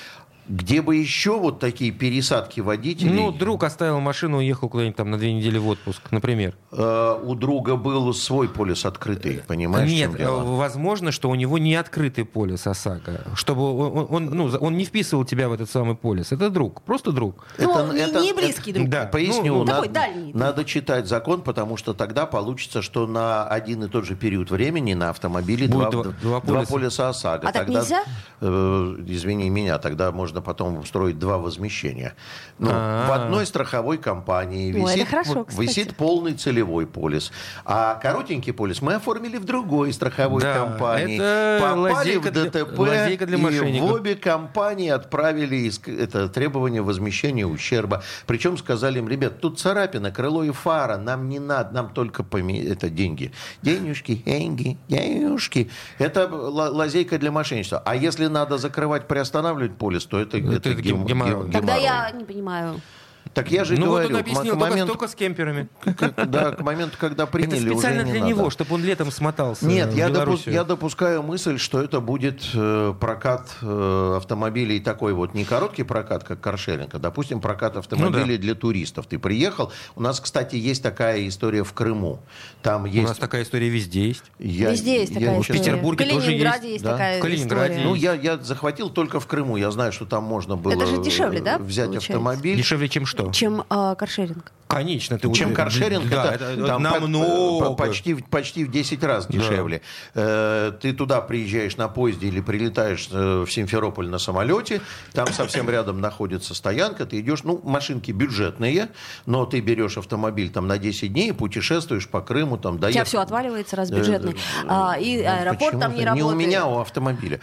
Speaker 3: Где бы еще вот такие пересадки водителей?
Speaker 4: Ну, друг оставил машину, уехал куда-нибудь там на две недели в отпуск, например.
Speaker 3: Э, у друга был свой полис открытый, понимаешь?
Speaker 4: Нет,
Speaker 3: в чем дело?
Speaker 4: возможно, что у него не открытый полис ОСАГО. Чтобы он, он, ну, он не вписывал тебя в этот самый полис. Это друг, просто друг.
Speaker 2: Ну,
Speaker 3: Это-
Speaker 2: не,
Speaker 3: это-
Speaker 2: не близкий друг.
Speaker 4: Да.
Speaker 3: Поясню,
Speaker 4: Ну, ну,
Speaker 3: надо,
Speaker 2: такой дальний друг.
Speaker 3: надо читать закон, потому что тогда получится, что на один и тот же период времени на автомобиле
Speaker 4: Будет
Speaker 3: два,
Speaker 4: два-
Speaker 3: два,
Speaker 4: два полиса.
Speaker 3: полиса ОСАГО.
Speaker 2: А так
Speaker 3: Тогда,
Speaker 2: нельзя?
Speaker 3: э, извини меня, тогда можно потом устроить два возмещения. Ну,
Speaker 4: А-а-а.
Speaker 3: в одной страховой компании
Speaker 2: Ой, это
Speaker 3: висит,
Speaker 2: хорошо, кстати.
Speaker 3: висит полный целевой полис, а коротенький полис мы оформили в другой страховой
Speaker 4: Да,
Speaker 3: компании.
Speaker 4: это
Speaker 3: Попали
Speaker 4: лазейка
Speaker 3: в
Speaker 4: для-
Speaker 3: ДТП
Speaker 4: лазейка для
Speaker 3: и в
Speaker 4: мошенников.
Speaker 3: обе компании отправили иск- это требование возмещения ущерба. Причем сказали им, ребят, тут царапина, крыло и фара, нам не надо, нам только поме- это деньги. Денежки, деньги, денежки. Это ла- лазейка для мошенничества. А если надо закрывать, приостанавливать полис, то это,
Speaker 4: Это
Speaker 3: это
Speaker 4: гем-
Speaker 3: гем-
Speaker 4: геморрой.
Speaker 3: гем-
Speaker 2: Тогда
Speaker 3: геморрой.
Speaker 2: я не понимаю.
Speaker 3: Так я же
Speaker 4: Ну, вот
Speaker 3: говорю,
Speaker 4: он объяснил,
Speaker 3: к,
Speaker 4: только,
Speaker 3: моменту,
Speaker 4: только с кемперами.
Speaker 3: к- да, к моменту, когда приняли,
Speaker 4: Это специально
Speaker 3: уже не
Speaker 4: для
Speaker 3: надо.
Speaker 4: него, чтобы он летом смотался
Speaker 3: Нет,
Speaker 4: в
Speaker 3: я, допу-
Speaker 4: Белоруссию.
Speaker 3: я допускаю мысль, что это будет э, прокат э, автомобилей такой вот, не короткий прокат, как каршеринг, а, допустим, прокат автомобилей
Speaker 4: Ну
Speaker 3: для туристов. Ты приехал, у нас, кстати, есть такая история в Крыму. Там
Speaker 4: У
Speaker 3: есть...
Speaker 4: нас такая история везде есть.
Speaker 3: я-
Speaker 2: Везде есть
Speaker 3: я
Speaker 2: такая
Speaker 3: не
Speaker 2: история.
Speaker 3: знаю.
Speaker 4: Петербурге
Speaker 2: в
Speaker 4: тоже
Speaker 2: Калининграде
Speaker 4: есть,
Speaker 2: есть
Speaker 3: да?
Speaker 2: такая
Speaker 4: В Калининграде
Speaker 2: история.
Speaker 3: Ну, я, я захватил только в Крыму. Я знаю, что там можно было
Speaker 2: Это же дешевле, да,
Speaker 3: взять
Speaker 2: получается?
Speaker 3: автомобиль.
Speaker 4: Дешевле, чем что?
Speaker 2: Чем а, каршеринг.
Speaker 4: Конечно. Ты
Speaker 3: Чем
Speaker 4: уже-
Speaker 3: каршеринг,
Speaker 4: да,
Speaker 3: это,
Speaker 4: это
Speaker 3: там по-
Speaker 4: намного.
Speaker 3: по- почти, почти в десять раз дешевле. Э, Ты туда приезжаешь на поезде или прилетаешь э, в Симферополь на самолете, там совсем рядом находится стоянка, ты идешь, ну, машинки бюджетные, но ты берешь автомобиль там на десять дней и путешествуешь по Крыму, там,
Speaker 2: У тебя
Speaker 3: доехал.
Speaker 2: все отваливается, раз бюджетный. А, и
Speaker 3: Ну,
Speaker 2: аэропорт там не
Speaker 3: почему-то
Speaker 2: работает.
Speaker 3: Не у меня, а у автомобиля.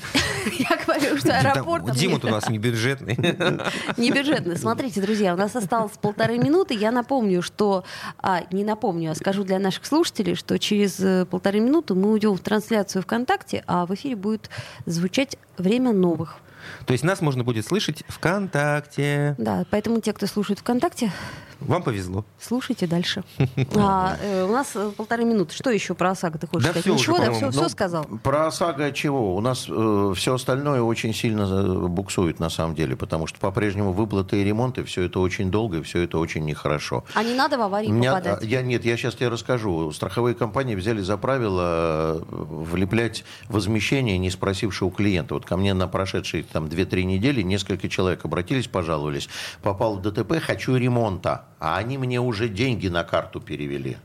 Speaker 2: Я говорю, что
Speaker 4: Там
Speaker 2: аэропорт там
Speaker 4: Дима-то
Speaker 2: не-
Speaker 4: у нас не бюджетный.
Speaker 2: не бюджетный. Смотрите, друзья, у нас осталось полторы минуты. Я напомню, что... А, не напомню, а скажу для наших слушателей, что через э, полторы минуты мы уйдем в трансляцию ВКонтакте, а в эфире будет звучать «Время новых».
Speaker 4: То есть нас можно будет слышать ВКонтакте.
Speaker 2: Да, поэтому те, кто слушает ВКонтакте,
Speaker 4: Вам повезло.
Speaker 2: слушайте дальше. А, э, у нас э, полторы минуты. Что еще про ОСАГО ты хочешь
Speaker 4: Да
Speaker 2: сказать?
Speaker 4: всё уже,
Speaker 2: Ничего, да,
Speaker 4: по-моему.
Speaker 2: все,
Speaker 3: Ну,
Speaker 2: сказал.
Speaker 3: Про ОСАГО чего? У нас э, все остальное очень сильно э, буксует на самом деле, потому что по-прежнему выплаты и ремонты, все это очень долго и все это очень нехорошо.
Speaker 2: А не надо в аварии
Speaker 3: У меня,
Speaker 2: попадать.
Speaker 3: я, нет, я сейчас тебе расскажу. Страховые компании взяли за правило э, влеплять возмещение, не спросивши у клиента. Вот ко мне на прошедшие там две-три недели несколько человек обратились, пожаловались. Попал в ДТП, хочу ремонта. А они мне уже деньги на карту перевели.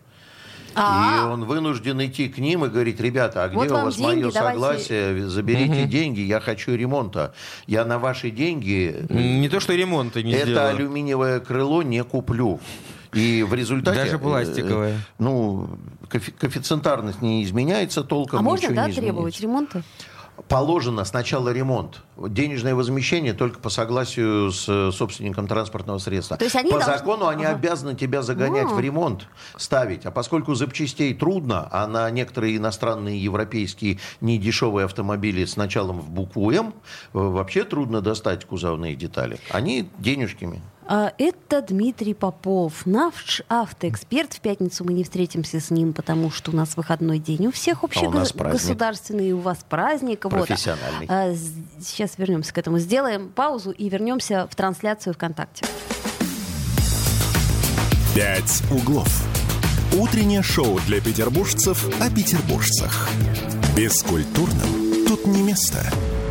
Speaker 2: А.
Speaker 3: И он вынужден идти к ним и говорить: ребята, а где
Speaker 2: Вот
Speaker 3: у
Speaker 2: вам
Speaker 3: вас
Speaker 2: деньги,
Speaker 3: мое
Speaker 2: давайте.
Speaker 3: согласие? Заберите деньги, я хочу ремонта. Я на ваши деньги
Speaker 4: Не то, что ремонта не
Speaker 3: это
Speaker 4: сделал.
Speaker 3: алюминиевое крыло не куплю. И в результате...
Speaker 4: Даже пластиковое.
Speaker 3: э, Ну, коэффи- коэффициентарность не изменяется толком,
Speaker 2: А можно,
Speaker 3: ничего
Speaker 2: да,
Speaker 3: не
Speaker 2: требовать
Speaker 3: изменится.
Speaker 2: ремонта?
Speaker 3: Положено сначала ремонт. Денежное возмещение только по согласию с э, собственником транспортного средства.
Speaker 2: То есть они
Speaker 3: по
Speaker 2: должны-
Speaker 3: закону они
Speaker 2: Ага.
Speaker 3: обязаны тебя загонять
Speaker 2: А.
Speaker 3: в ремонт, ставить. А поскольку запчастей трудно, а на некоторые иностранные европейские недешевые автомобили с началом в букву «М» э, вообще трудно достать кузовные детали. Они денежками.
Speaker 2: А, Это Дмитрий Попов, наш автоэксперт. В пятницу мы не встретимся с ним, потому что у нас выходной день. У всех
Speaker 3: у нас праздник.
Speaker 2: общегосударственный, у вас праздник. Вот.
Speaker 3: Профессиональный.
Speaker 2: А, с- Сейчас вернемся к этому. Сделаем паузу и вернемся в трансляцию ВКонтакте.
Speaker 1: «Пять углов». Утреннее шоу для петербуржцев о петербуржцах. Бескультурным тут не место.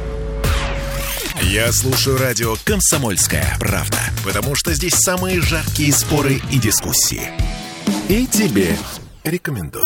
Speaker 1: Я слушаю радио «Комсомольская правда», потому что здесь самые жаркие споры и дискуссии. И тебе рекомендую.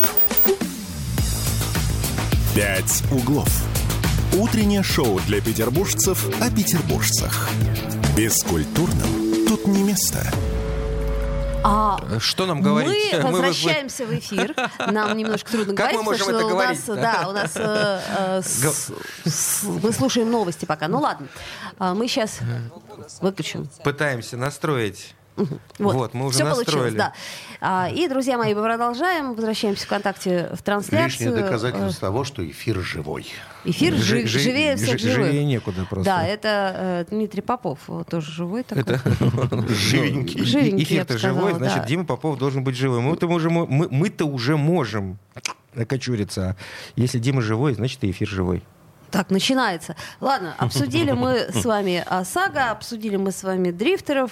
Speaker 1: «Пять углов». Утреннее шоу для петербуржцев о петербуржцах. Бескультурным тут не место.
Speaker 2: А
Speaker 4: Что нам говорить?
Speaker 2: мы
Speaker 4: Мы вы-
Speaker 2: возвращаемся в эфир. Нам немножко трудно
Speaker 4: Как
Speaker 2: говорить,
Speaker 4: мы можем
Speaker 2: потому
Speaker 4: это
Speaker 2: что у нас,
Speaker 4: говорить?
Speaker 2: да, у нас э, э, с- с- мы слушаем новости пока. Ну ладно, А, мы сейчас выключим.
Speaker 4: Пытаемся настроить.
Speaker 2: Вот,
Speaker 4: Вот, мы уже
Speaker 2: все
Speaker 4: настроили.
Speaker 2: получилось, да. А, и, друзья мои, мы продолжаем. Возвращаемся ВКонтакте в трансляцию.
Speaker 3: Лишнее доказательство того, что эфир живой.
Speaker 2: Э, Эфир
Speaker 4: Жи-
Speaker 2: жи-
Speaker 4: жи-
Speaker 2: живее всех
Speaker 4: жи-
Speaker 2: живых.
Speaker 4: Живее некуда просто.
Speaker 2: Да, это э, Дмитрий Попов, вот, тоже живой такой.
Speaker 3: Живенький.
Speaker 2: Живенький, я бы
Speaker 4: Эфир-то
Speaker 2: сказала,
Speaker 4: живой, значит,
Speaker 2: да.
Speaker 4: Дима Попов должен быть живой. Мы-то уже, мо- мы, мы-то уже можем окочуриться. Если Дима живой, значит, и эфир живой.
Speaker 2: Так, начинается. Ладно, обсудили мы с вами ОСАГО, обсудили мы с вами дрифтеров.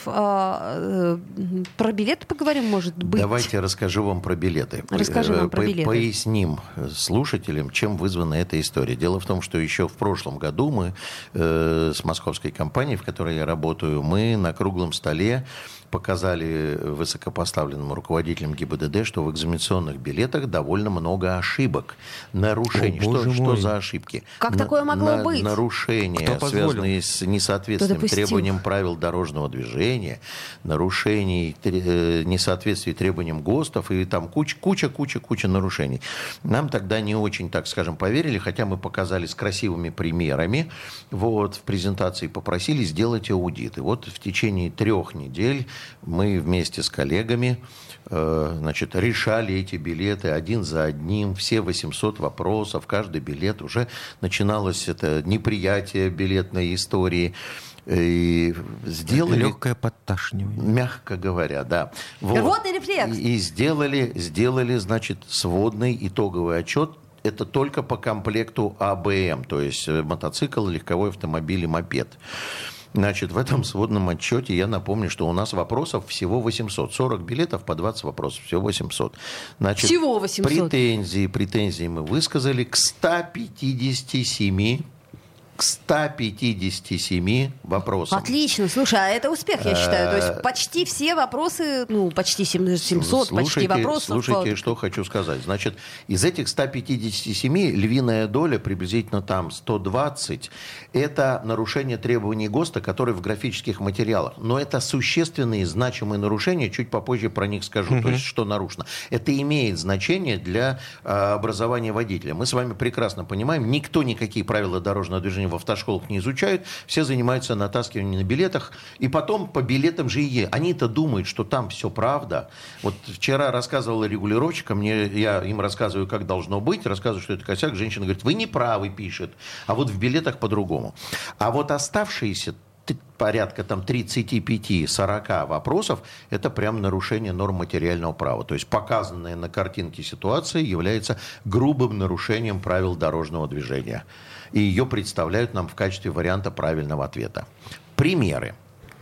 Speaker 2: А, э, про билеты поговорим, может быть?
Speaker 3: Давайте расскажу вам про билеты.
Speaker 2: Расскажи нам про билеты.
Speaker 3: Поясним слушателям, чем вызвана эта история. Дело в том, что еще в прошлом году мы э, с московской компанией, в которой я работаю, мы на круглом столе показали высокопоставленным руководителям ГИБДД, что в экзаменационных билетах довольно много ошибок, нарушений.
Speaker 4: О,
Speaker 3: что, что
Speaker 4: мой.
Speaker 3: за ошибки?
Speaker 2: Как такое могло
Speaker 3: на,
Speaker 2: быть?
Speaker 3: Нарушения, связанные с несоответствием требованиям правил дорожного движения, нарушений, э, несоответствий требованиям ГОСТов и там куча, куча, куча, куча нарушений. Нам тогда не очень, так скажем, поверили, хотя мы показали с красивыми примерами. Вот, в презентации попросили сделать аудит. И вот в течение трех недель мы вместе с коллегами э, значит, решали эти билеты один за одним, все восемьсот вопросов, каждый билет. Уже начиналось это неприятие билетной истории. И сделали...
Speaker 4: Легкое подташнивание.
Speaker 3: Мягко говоря, да. Вот,
Speaker 2: вот и рефлекс.
Speaker 3: И, и сделали, сделали, значит, сводный итоговый отчет. Это только по комплекту АБМ, то есть мотоцикл, легковой автомобиль и мопед. Значит, в этом сводном отчете я напомню, что у нас вопросов всего восемьсот. сорок билетов по двадцать вопросов, всего восемьсот. Значит,
Speaker 2: всего восемьсот.
Speaker 3: Претензии, претензии мы высказали к ста пятидесяти семи. К ста пятидесяти семи вопросам.
Speaker 2: Отлично. Слушай, а это успех, я считаю. То есть почти все вопросы, ну, почти семьсот,
Speaker 3: слушайте,
Speaker 2: почти вопросов.
Speaker 3: Слушайте, что хочу сказать. Значит, из этих ста пятидесяти семи львиная доля, приблизительно там сто двадцать, это нарушение требований ГОСТа, которые в графических материалах. Но это существенные, значимые нарушения, чуть попозже про них скажу, угу. То есть что нарушено. Это имеет значение для а, образования водителя. Мы с вами прекрасно понимаем, никто никакие правила дорожного движения в автошколах не изучают, все занимаются натаскиванием на билетах, и потом по билетам же и они-то думают, что там все правда. Вот вчера рассказывала регулировщика, мне, я им рассказываю, как должно быть, рассказываю, что это косяк, женщина говорит, вы не правы, пишет, а вот в билетах по-другому. А вот оставшиеся порядка там тридцать пять сорок вопросов, это прям нарушение норм материального права. То есть показанная на картинке ситуация является грубым нарушением правил дорожного движения. И ее представляют нам в качестве варианта правильного ответа. Примеры.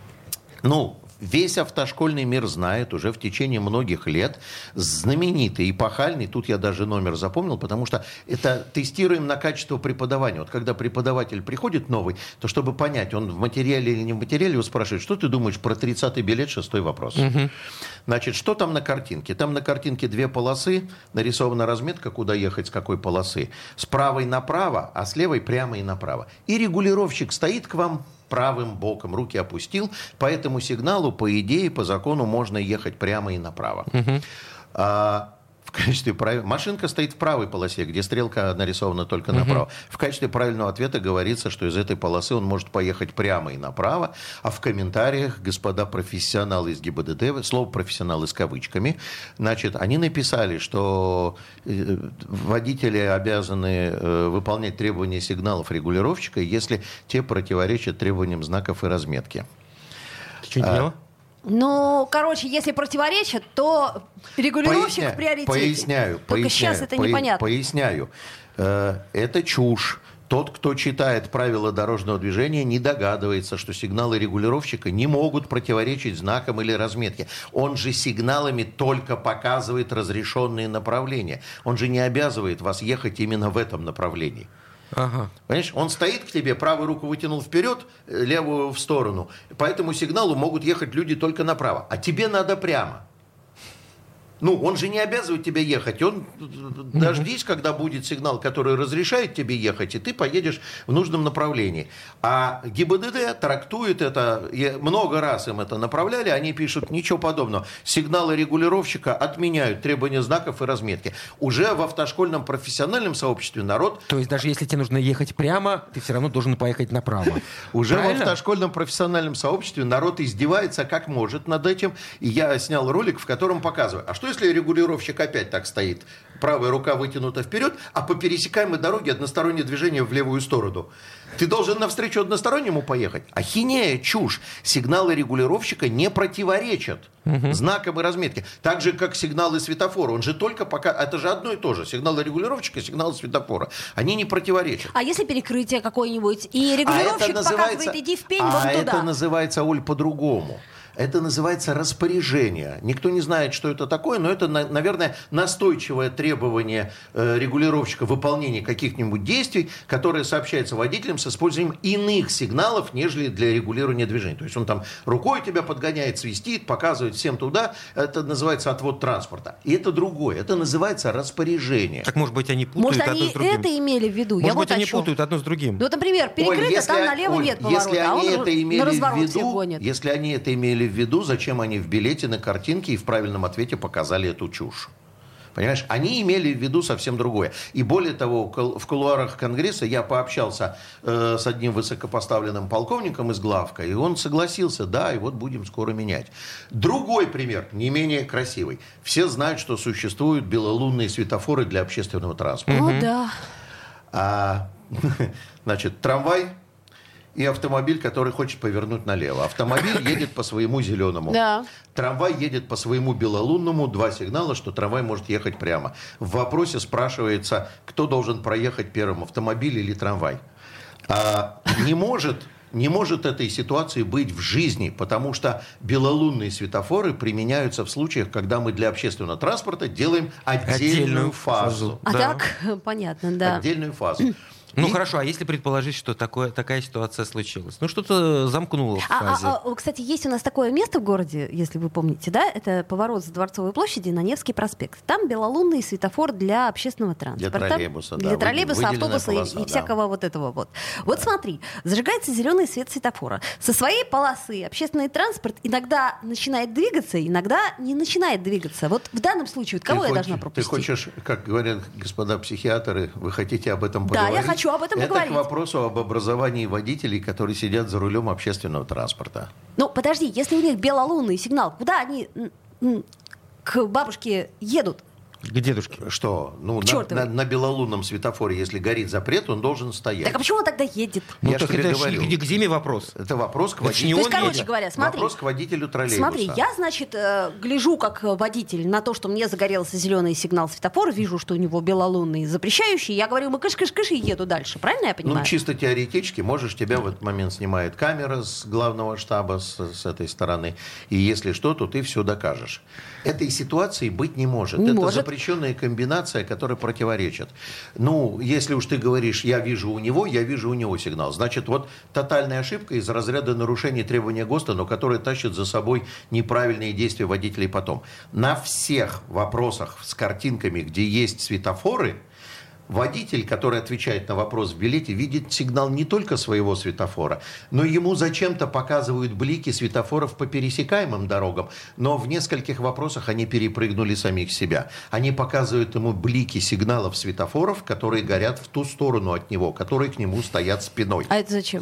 Speaker 3: Ну, весь автошкольный мир знает уже в течение многих лет знаменитый эпохальный, тут я даже номер запомнил, потому что это тестируем на качество преподавания. Вот когда преподаватель приходит новый, то чтобы понять, он в материале или не в материале, его спрашивают, что ты думаешь про тридцатый билет, шестой вопрос. Угу. Значит, что там на картинке? Там на картинке две полосы, нарисована разметка, куда ехать, с какой полосы. С правой направо, а с левой прямо и направо. И регулировщик стоит к вам правым боком, руки опустил. По этому сигналу, по идее, по закону можно ехать прямо и направо. Uh-huh. А, в качестве прав... Машинка стоит в правой полосе, где стрелка нарисована только uh-huh. направо. В качестве правильного ответа говорится, что из этой полосы он может поехать прямо и направо. А в комментариях господа профессионалы из ГИБДД, слово «профессионалы» с кавычками, значит, они написали, что водители обязаны выполнять требования сигналов регулировщика, если те противоречат требованиям знаков и разметки.
Speaker 4: Ты что, не поняла?
Speaker 2: Ну, короче, если противоречат, то регулировщик
Speaker 3: Поясня...
Speaker 2: в приоритете.
Speaker 3: Поясняю.
Speaker 2: Только
Speaker 3: поясняю,
Speaker 2: сейчас это
Speaker 3: по...
Speaker 2: непонятно.
Speaker 3: Поясняю. Это чушь. Тот, кто читает правила дорожного движения, не догадывается, что сигналы регулировщика не могут противоречить знакам или разметке. Он же сигналами только показывает разрешенные направления. Он же не обязывает вас ехать именно в этом направлении. Ага. Понимаешь, он стоит к тебе, правую руку вытянул вперед, левую в сторону. По этому сигналу могут ехать люди только направо. А тебе надо прямо. Ну, он же не обязывает тебя ехать. Он mm-hmm. дождись, когда будет сигнал, который разрешает тебе ехать, и ты поедешь в нужном направлении. А ГИБДД трактует это, и много раз им это направляли, они пишут, ничего подобного. Сигналы регулировщика отменяют требования знаков и разметки. Уже в автошкольном профессиональном сообществе народ...
Speaker 4: То есть даже если тебе нужно ехать прямо, ты все равно должен поехать направо.
Speaker 3: Уже в автошкольном профессиональном сообществе народ издевается как может над этим. И я снял ролик, в котором показываю. А что если регулировщик опять так стоит, правая рука вытянута вперед, а по пересекаемой дороге одностороннее движение в левую сторону? Ты должен навстречу одностороннему поехать? Ахинея, чушь. Сигналы регулировщика не противоречат угу. знакам и разметке. Так же, как сигналы светофора. Он же только пока... Это же одно и то же. Сигналы регулировщика, сигналы светофора. Они не противоречат.
Speaker 2: А если перекрытие какое-нибудь, и регулировщик а показывает, иди в пень,
Speaker 3: а
Speaker 2: вон туда?
Speaker 3: А это называется, Оль, по-другому. Это называется распоряжение. Никто не знает, что это такое, но это, наверное, настойчивое требование регулировщика выполнения каких-нибудь действий, которые сообщаются водителям с использованием иных сигналов, нежели для регулирования движения. То есть он там рукой тебя подгоняет, свистит, показывает всем туда. Это называется отвод транспорта. И это другое. Это называется распоряжение.
Speaker 4: Так, может быть, они путают
Speaker 2: может,
Speaker 4: одно
Speaker 2: они
Speaker 4: с другим?
Speaker 2: это имели в виду?
Speaker 4: Может
Speaker 2: Я
Speaker 4: быть,
Speaker 2: вот
Speaker 4: они
Speaker 2: чем.
Speaker 4: путают одно с другим?
Speaker 2: Ну, вот, например, перекрыто,
Speaker 3: Оль, если,
Speaker 2: там налево
Speaker 3: Оль,
Speaker 2: нет поворота,
Speaker 3: если
Speaker 2: а
Speaker 3: они
Speaker 2: он
Speaker 3: это имели
Speaker 2: на разворот
Speaker 3: в виду,
Speaker 2: всех гонит.
Speaker 3: Если они это имели в виду, зачем они в билете на картинке и в правильном ответе показали эту чушь? Понимаешь, они имели в виду совсем другое. И более того, в кулуарах Конгресса я пообщался э, с одним высокопоставленным полковником из главка, и он согласился, да, и вот будем скоро менять. Другой пример, не менее красивый. Все знают, что существуют белолунные светофоры для общественного транспорта.
Speaker 2: О, да.
Speaker 3: А, значит, трамвай и автомобиль, который хочет повернуть налево. Автомобиль едет по своему зеленому.
Speaker 2: Да.
Speaker 3: Трамвай едет по своему белолунному. Два сигнала, что трамвай может ехать прямо. В вопросе спрашивается, кто должен проехать первым, автомобиль или трамвай. А, не может... Не может этой ситуации быть в жизни, потому что белолунные светофоры применяются в случаях, когда мы для общественного транспорта делаем отдельную, отдельную фазу.
Speaker 2: А
Speaker 4: да.
Speaker 2: так, понятно, да.
Speaker 3: Отдельную фазу.
Speaker 4: Ну
Speaker 3: И...
Speaker 4: хорошо, а если предположить, что такое, такая ситуация случилась? Ну что-то замкнуло в фазе.
Speaker 2: А, а, а, кстати, есть у нас такое место в городе, если вы помните, да? Это поворот с Дворцовой площади на Невский проспект. Там белолунный светофор для общественного транспорта.
Speaker 3: Для троллейбуса, да.
Speaker 2: Для троллейбуса, автобуса
Speaker 3: полоса,
Speaker 2: и, и
Speaker 3: да.
Speaker 2: всякого вот этого вот. Вот да. Смотри, зажигается зеленый свет светофора. Со своей полосы общественный транспорт иногда начинает двигаться, иногда не начинает двигаться. Вот в данном случае, вот кого
Speaker 3: ты
Speaker 2: я
Speaker 3: хочешь,
Speaker 2: должна пропустить?
Speaker 3: Ты хочешь, как говорят господа психиатры, вы хотите об этом
Speaker 2: Да,
Speaker 3: поговорить?
Speaker 2: я хочу об этом
Speaker 3: Это
Speaker 2: поговорить.
Speaker 3: к вопросу об образовании водителей, которые сидят за рулем общественного транспорта.
Speaker 2: Ну, подожди, если у них белолунный сигнал, куда они м, м, к бабушке едут?
Speaker 4: К дедушке.
Speaker 3: Что? Ну, на,
Speaker 2: Чёртовы.
Speaker 3: на, на белолунном светофоре, если горит запрет, он должен стоять.
Speaker 2: Так а почему он тогда едет?
Speaker 4: Ну,
Speaker 3: Я
Speaker 4: так
Speaker 3: ж тебе
Speaker 4: это
Speaker 3: говорю.
Speaker 4: ж к Диме вопрос.
Speaker 3: Это вопрос к
Speaker 4: Это ж не
Speaker 3: водителю.
Speaker 2: То
Speaker 4: он
Speaker 2: есть, короче
Speaker 4: едет.
Speaker 2: говоря, смотри.
Speaker 3: Вопрос к водителю троллейбуса.
Speaker 2: Смотри, я, значит, э, гляжу как водитель на то, что мне загорелся зеленый сигнал светофора, вижу, что у него белолунный запрещающий, я говорю, мы кыш-кыш-кыш и еду дальше. Правильно я понимаю?
Speaker 3: Ну, чисто теоретически, можешь, тебя в этот момент снимает камера с главного штаба, с, с этой стороны, и если что, то ты все докажешь. Этой ситуации быть не может.
Speaker 2: Не
Speaker 3: Это
Speaker 2: может.
Speaker 3: запрещенная комбинация, которая противоречит. Ну, если уж ты говоришь, я вижу у него, я вижу у него сигнал. Значит, вот тотальная ошибка из разряда нарушений требования ГОСТа, но которая тащит за собой неправильные действия водителей потом. На всех вопросах с картинками, где есть светофоры, водитель, который отвечает на вопрос в билете, видит сигнал не только своего светофора, но ему зачем-то показывают блики светофоров по пересекаемым дорогам, но в нескольких вопросах они перепрыгнули самих себя. Они показывают ему блики сигналов светофоров, которые горят в ту сторону от него, которые к нему стоят спиной.
Speaker 2: А это зачем?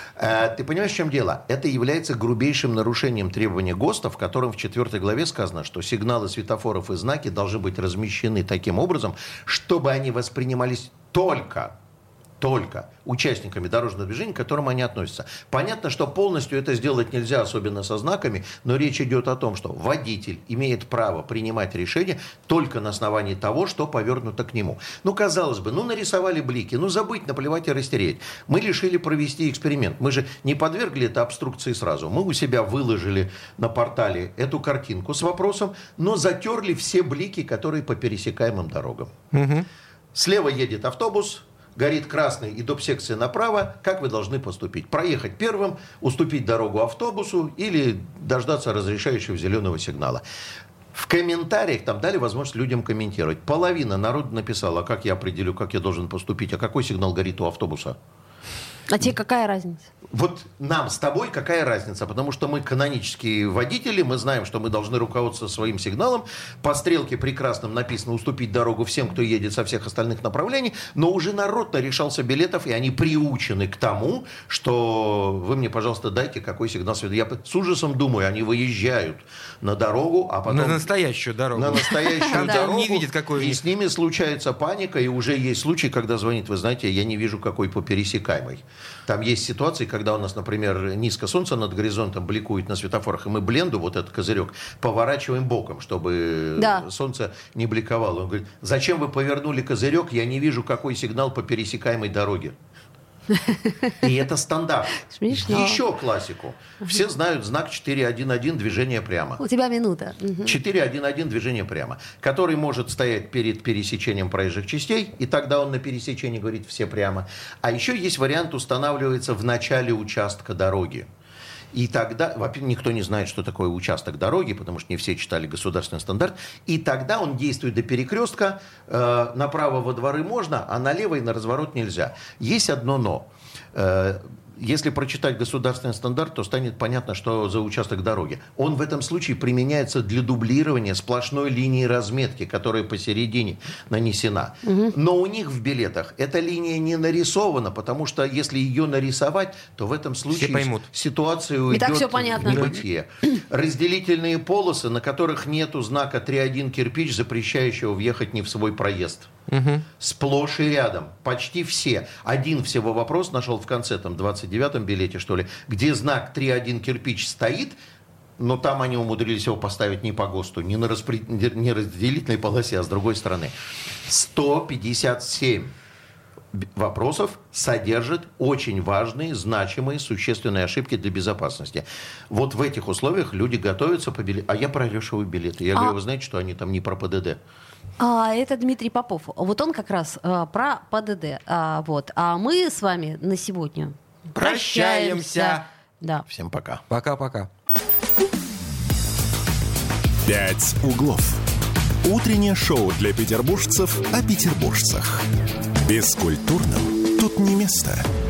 Speaker 3: Ты понимаешь, в чем дело? Это является грубейшим нарушением требований ГОСТа, в котором в четвертой главе сказано, что сигналы светофоров и знаки должны быть размещены таким образом, чтобы они воспринимались только, только участниками дорожного движения, к которым они относятся. Понятно, что полностью это сделать нельзя, особенно со знаками, но речь идет о том, что водитель имеет право принимать решения только на основании того, что повернуто к нему. Ну, казалось бы, ну, нарисовали блики, ну, забыть, наплевать и растереть. Мы решили провести эксперимент. Мы же не подвергли это обструкции сразу. Мы у себя выложили на портале эту картинку с вопросом, но затерли все блики, которые по пересекаемым дорогам.
Speaker 4: Угу.
Speaker 3: Слева едет автобус, горит красный и доп. Секция направо, как вы должны поступить? Проехать первым, уступить дорогу автобусу или дождаться разрешающего зеленого сигнала? В комментариях там дали возможность людям комментировать. Половина народа написала, как я определю, как я должен поступить, а какой сигнал горит у автобуса.
Speaker 2: А тебе какая разница?
Speaker 3: Вот нам с тобой какая разница? Потому что мы канонические водители, мы знаем, что мы должны руководствоваться своим сигналом. По стрелке прекрасным написано уступить дорогу всем, кто едет со всех остальных направлений. Но уже народ нарешался билетов, и они приучены к тому, что вы мне, пожалуйста, дайте какой сигнал света. Я с ужасом думаю, они выезжают на дорогу, а потом...
Speaker 4: На настоящую дорогу.
Speaker 3: На настоящую дорогу.
Speaker 4: Не видит, какой...
Speaker 3: И с ними случается паника, и уже есть случаи, когда звонит, вы знаете, я не вижу, какой по пересекаемой. Там есть ситуации, когда у нас, например, низко солнце над горизонтом бликует на светофорах, и мы бленду, вот этот козырек, поворачиваем боком, чтобы
Speaker 2: да. солнце
Speaker 3: не бликовало. Он говорит, зачем вы повернули козырек, я не вижу, какой сигнал по пересекаемой дороге. И это стандарт.
Speaker 2: Смешно.
Speaker 3: Еще классику. Все знают знак четыре один один движение прямо.
Speaker 2: У тебя минута.
Speaker 3: четыре один один движение прямо, который может стоять перед пересечением проезжих частей, и тогда он на пересечении говорит все прямо. А еще есть вариант, устанавливается в начале участка дороги. И тогда, во-первых, никто не знает, что такое участок дороги, потому что не все читали государственный стандарт. И тогда он действует до перекрестка. Э, направо во дворы можно, а налево и на разворот нельзя. Есть одно но. Э, Если прочитать государственный стандарт, то станет понятно, что за участок дороги. Он в этом случае применяется для дублирования сплошной линии разметки, которая посередине нанесена. Угу. Но у них в билетах эта линия не нарисована, потому что если ее нарисовать, то в этом случае ситуация уйдет в небытие. Разделительные полосы, на которых нету знака три один кирпич, запрещающего въехать не в свой проезд. Угу. Сплошь и рядом. Почти все. Один всего вопрос нашел в конце, там, двадцать девятом билете, что ли, где знак три один кирпич стоит, но там они умудрились его поставить не по ГОСТу, не на распри... не разделительной полосе, а с другой стороны. сто пятьдесят семь вопросов содержит очень важные, значимые, существенные ошибки для безопасности. Вот в этих условиях люди готовятся по билету. А я прорешиваю билеты. Я а... говорю, вы знаете, что они там не про ПДД?
Speaker 2: А, это Дмитрий Попов. Вот он как раз а, про ПДД. А, вот. А мы с вами на сегодня прощаемся. Да.
Speaker 3: Всем пока.
Speaker 4: Пока-пока.
Speaker 1: «Пять углов». Утреннее шоу для петербуржцев о петербуржцах. Бескультурным тут не место.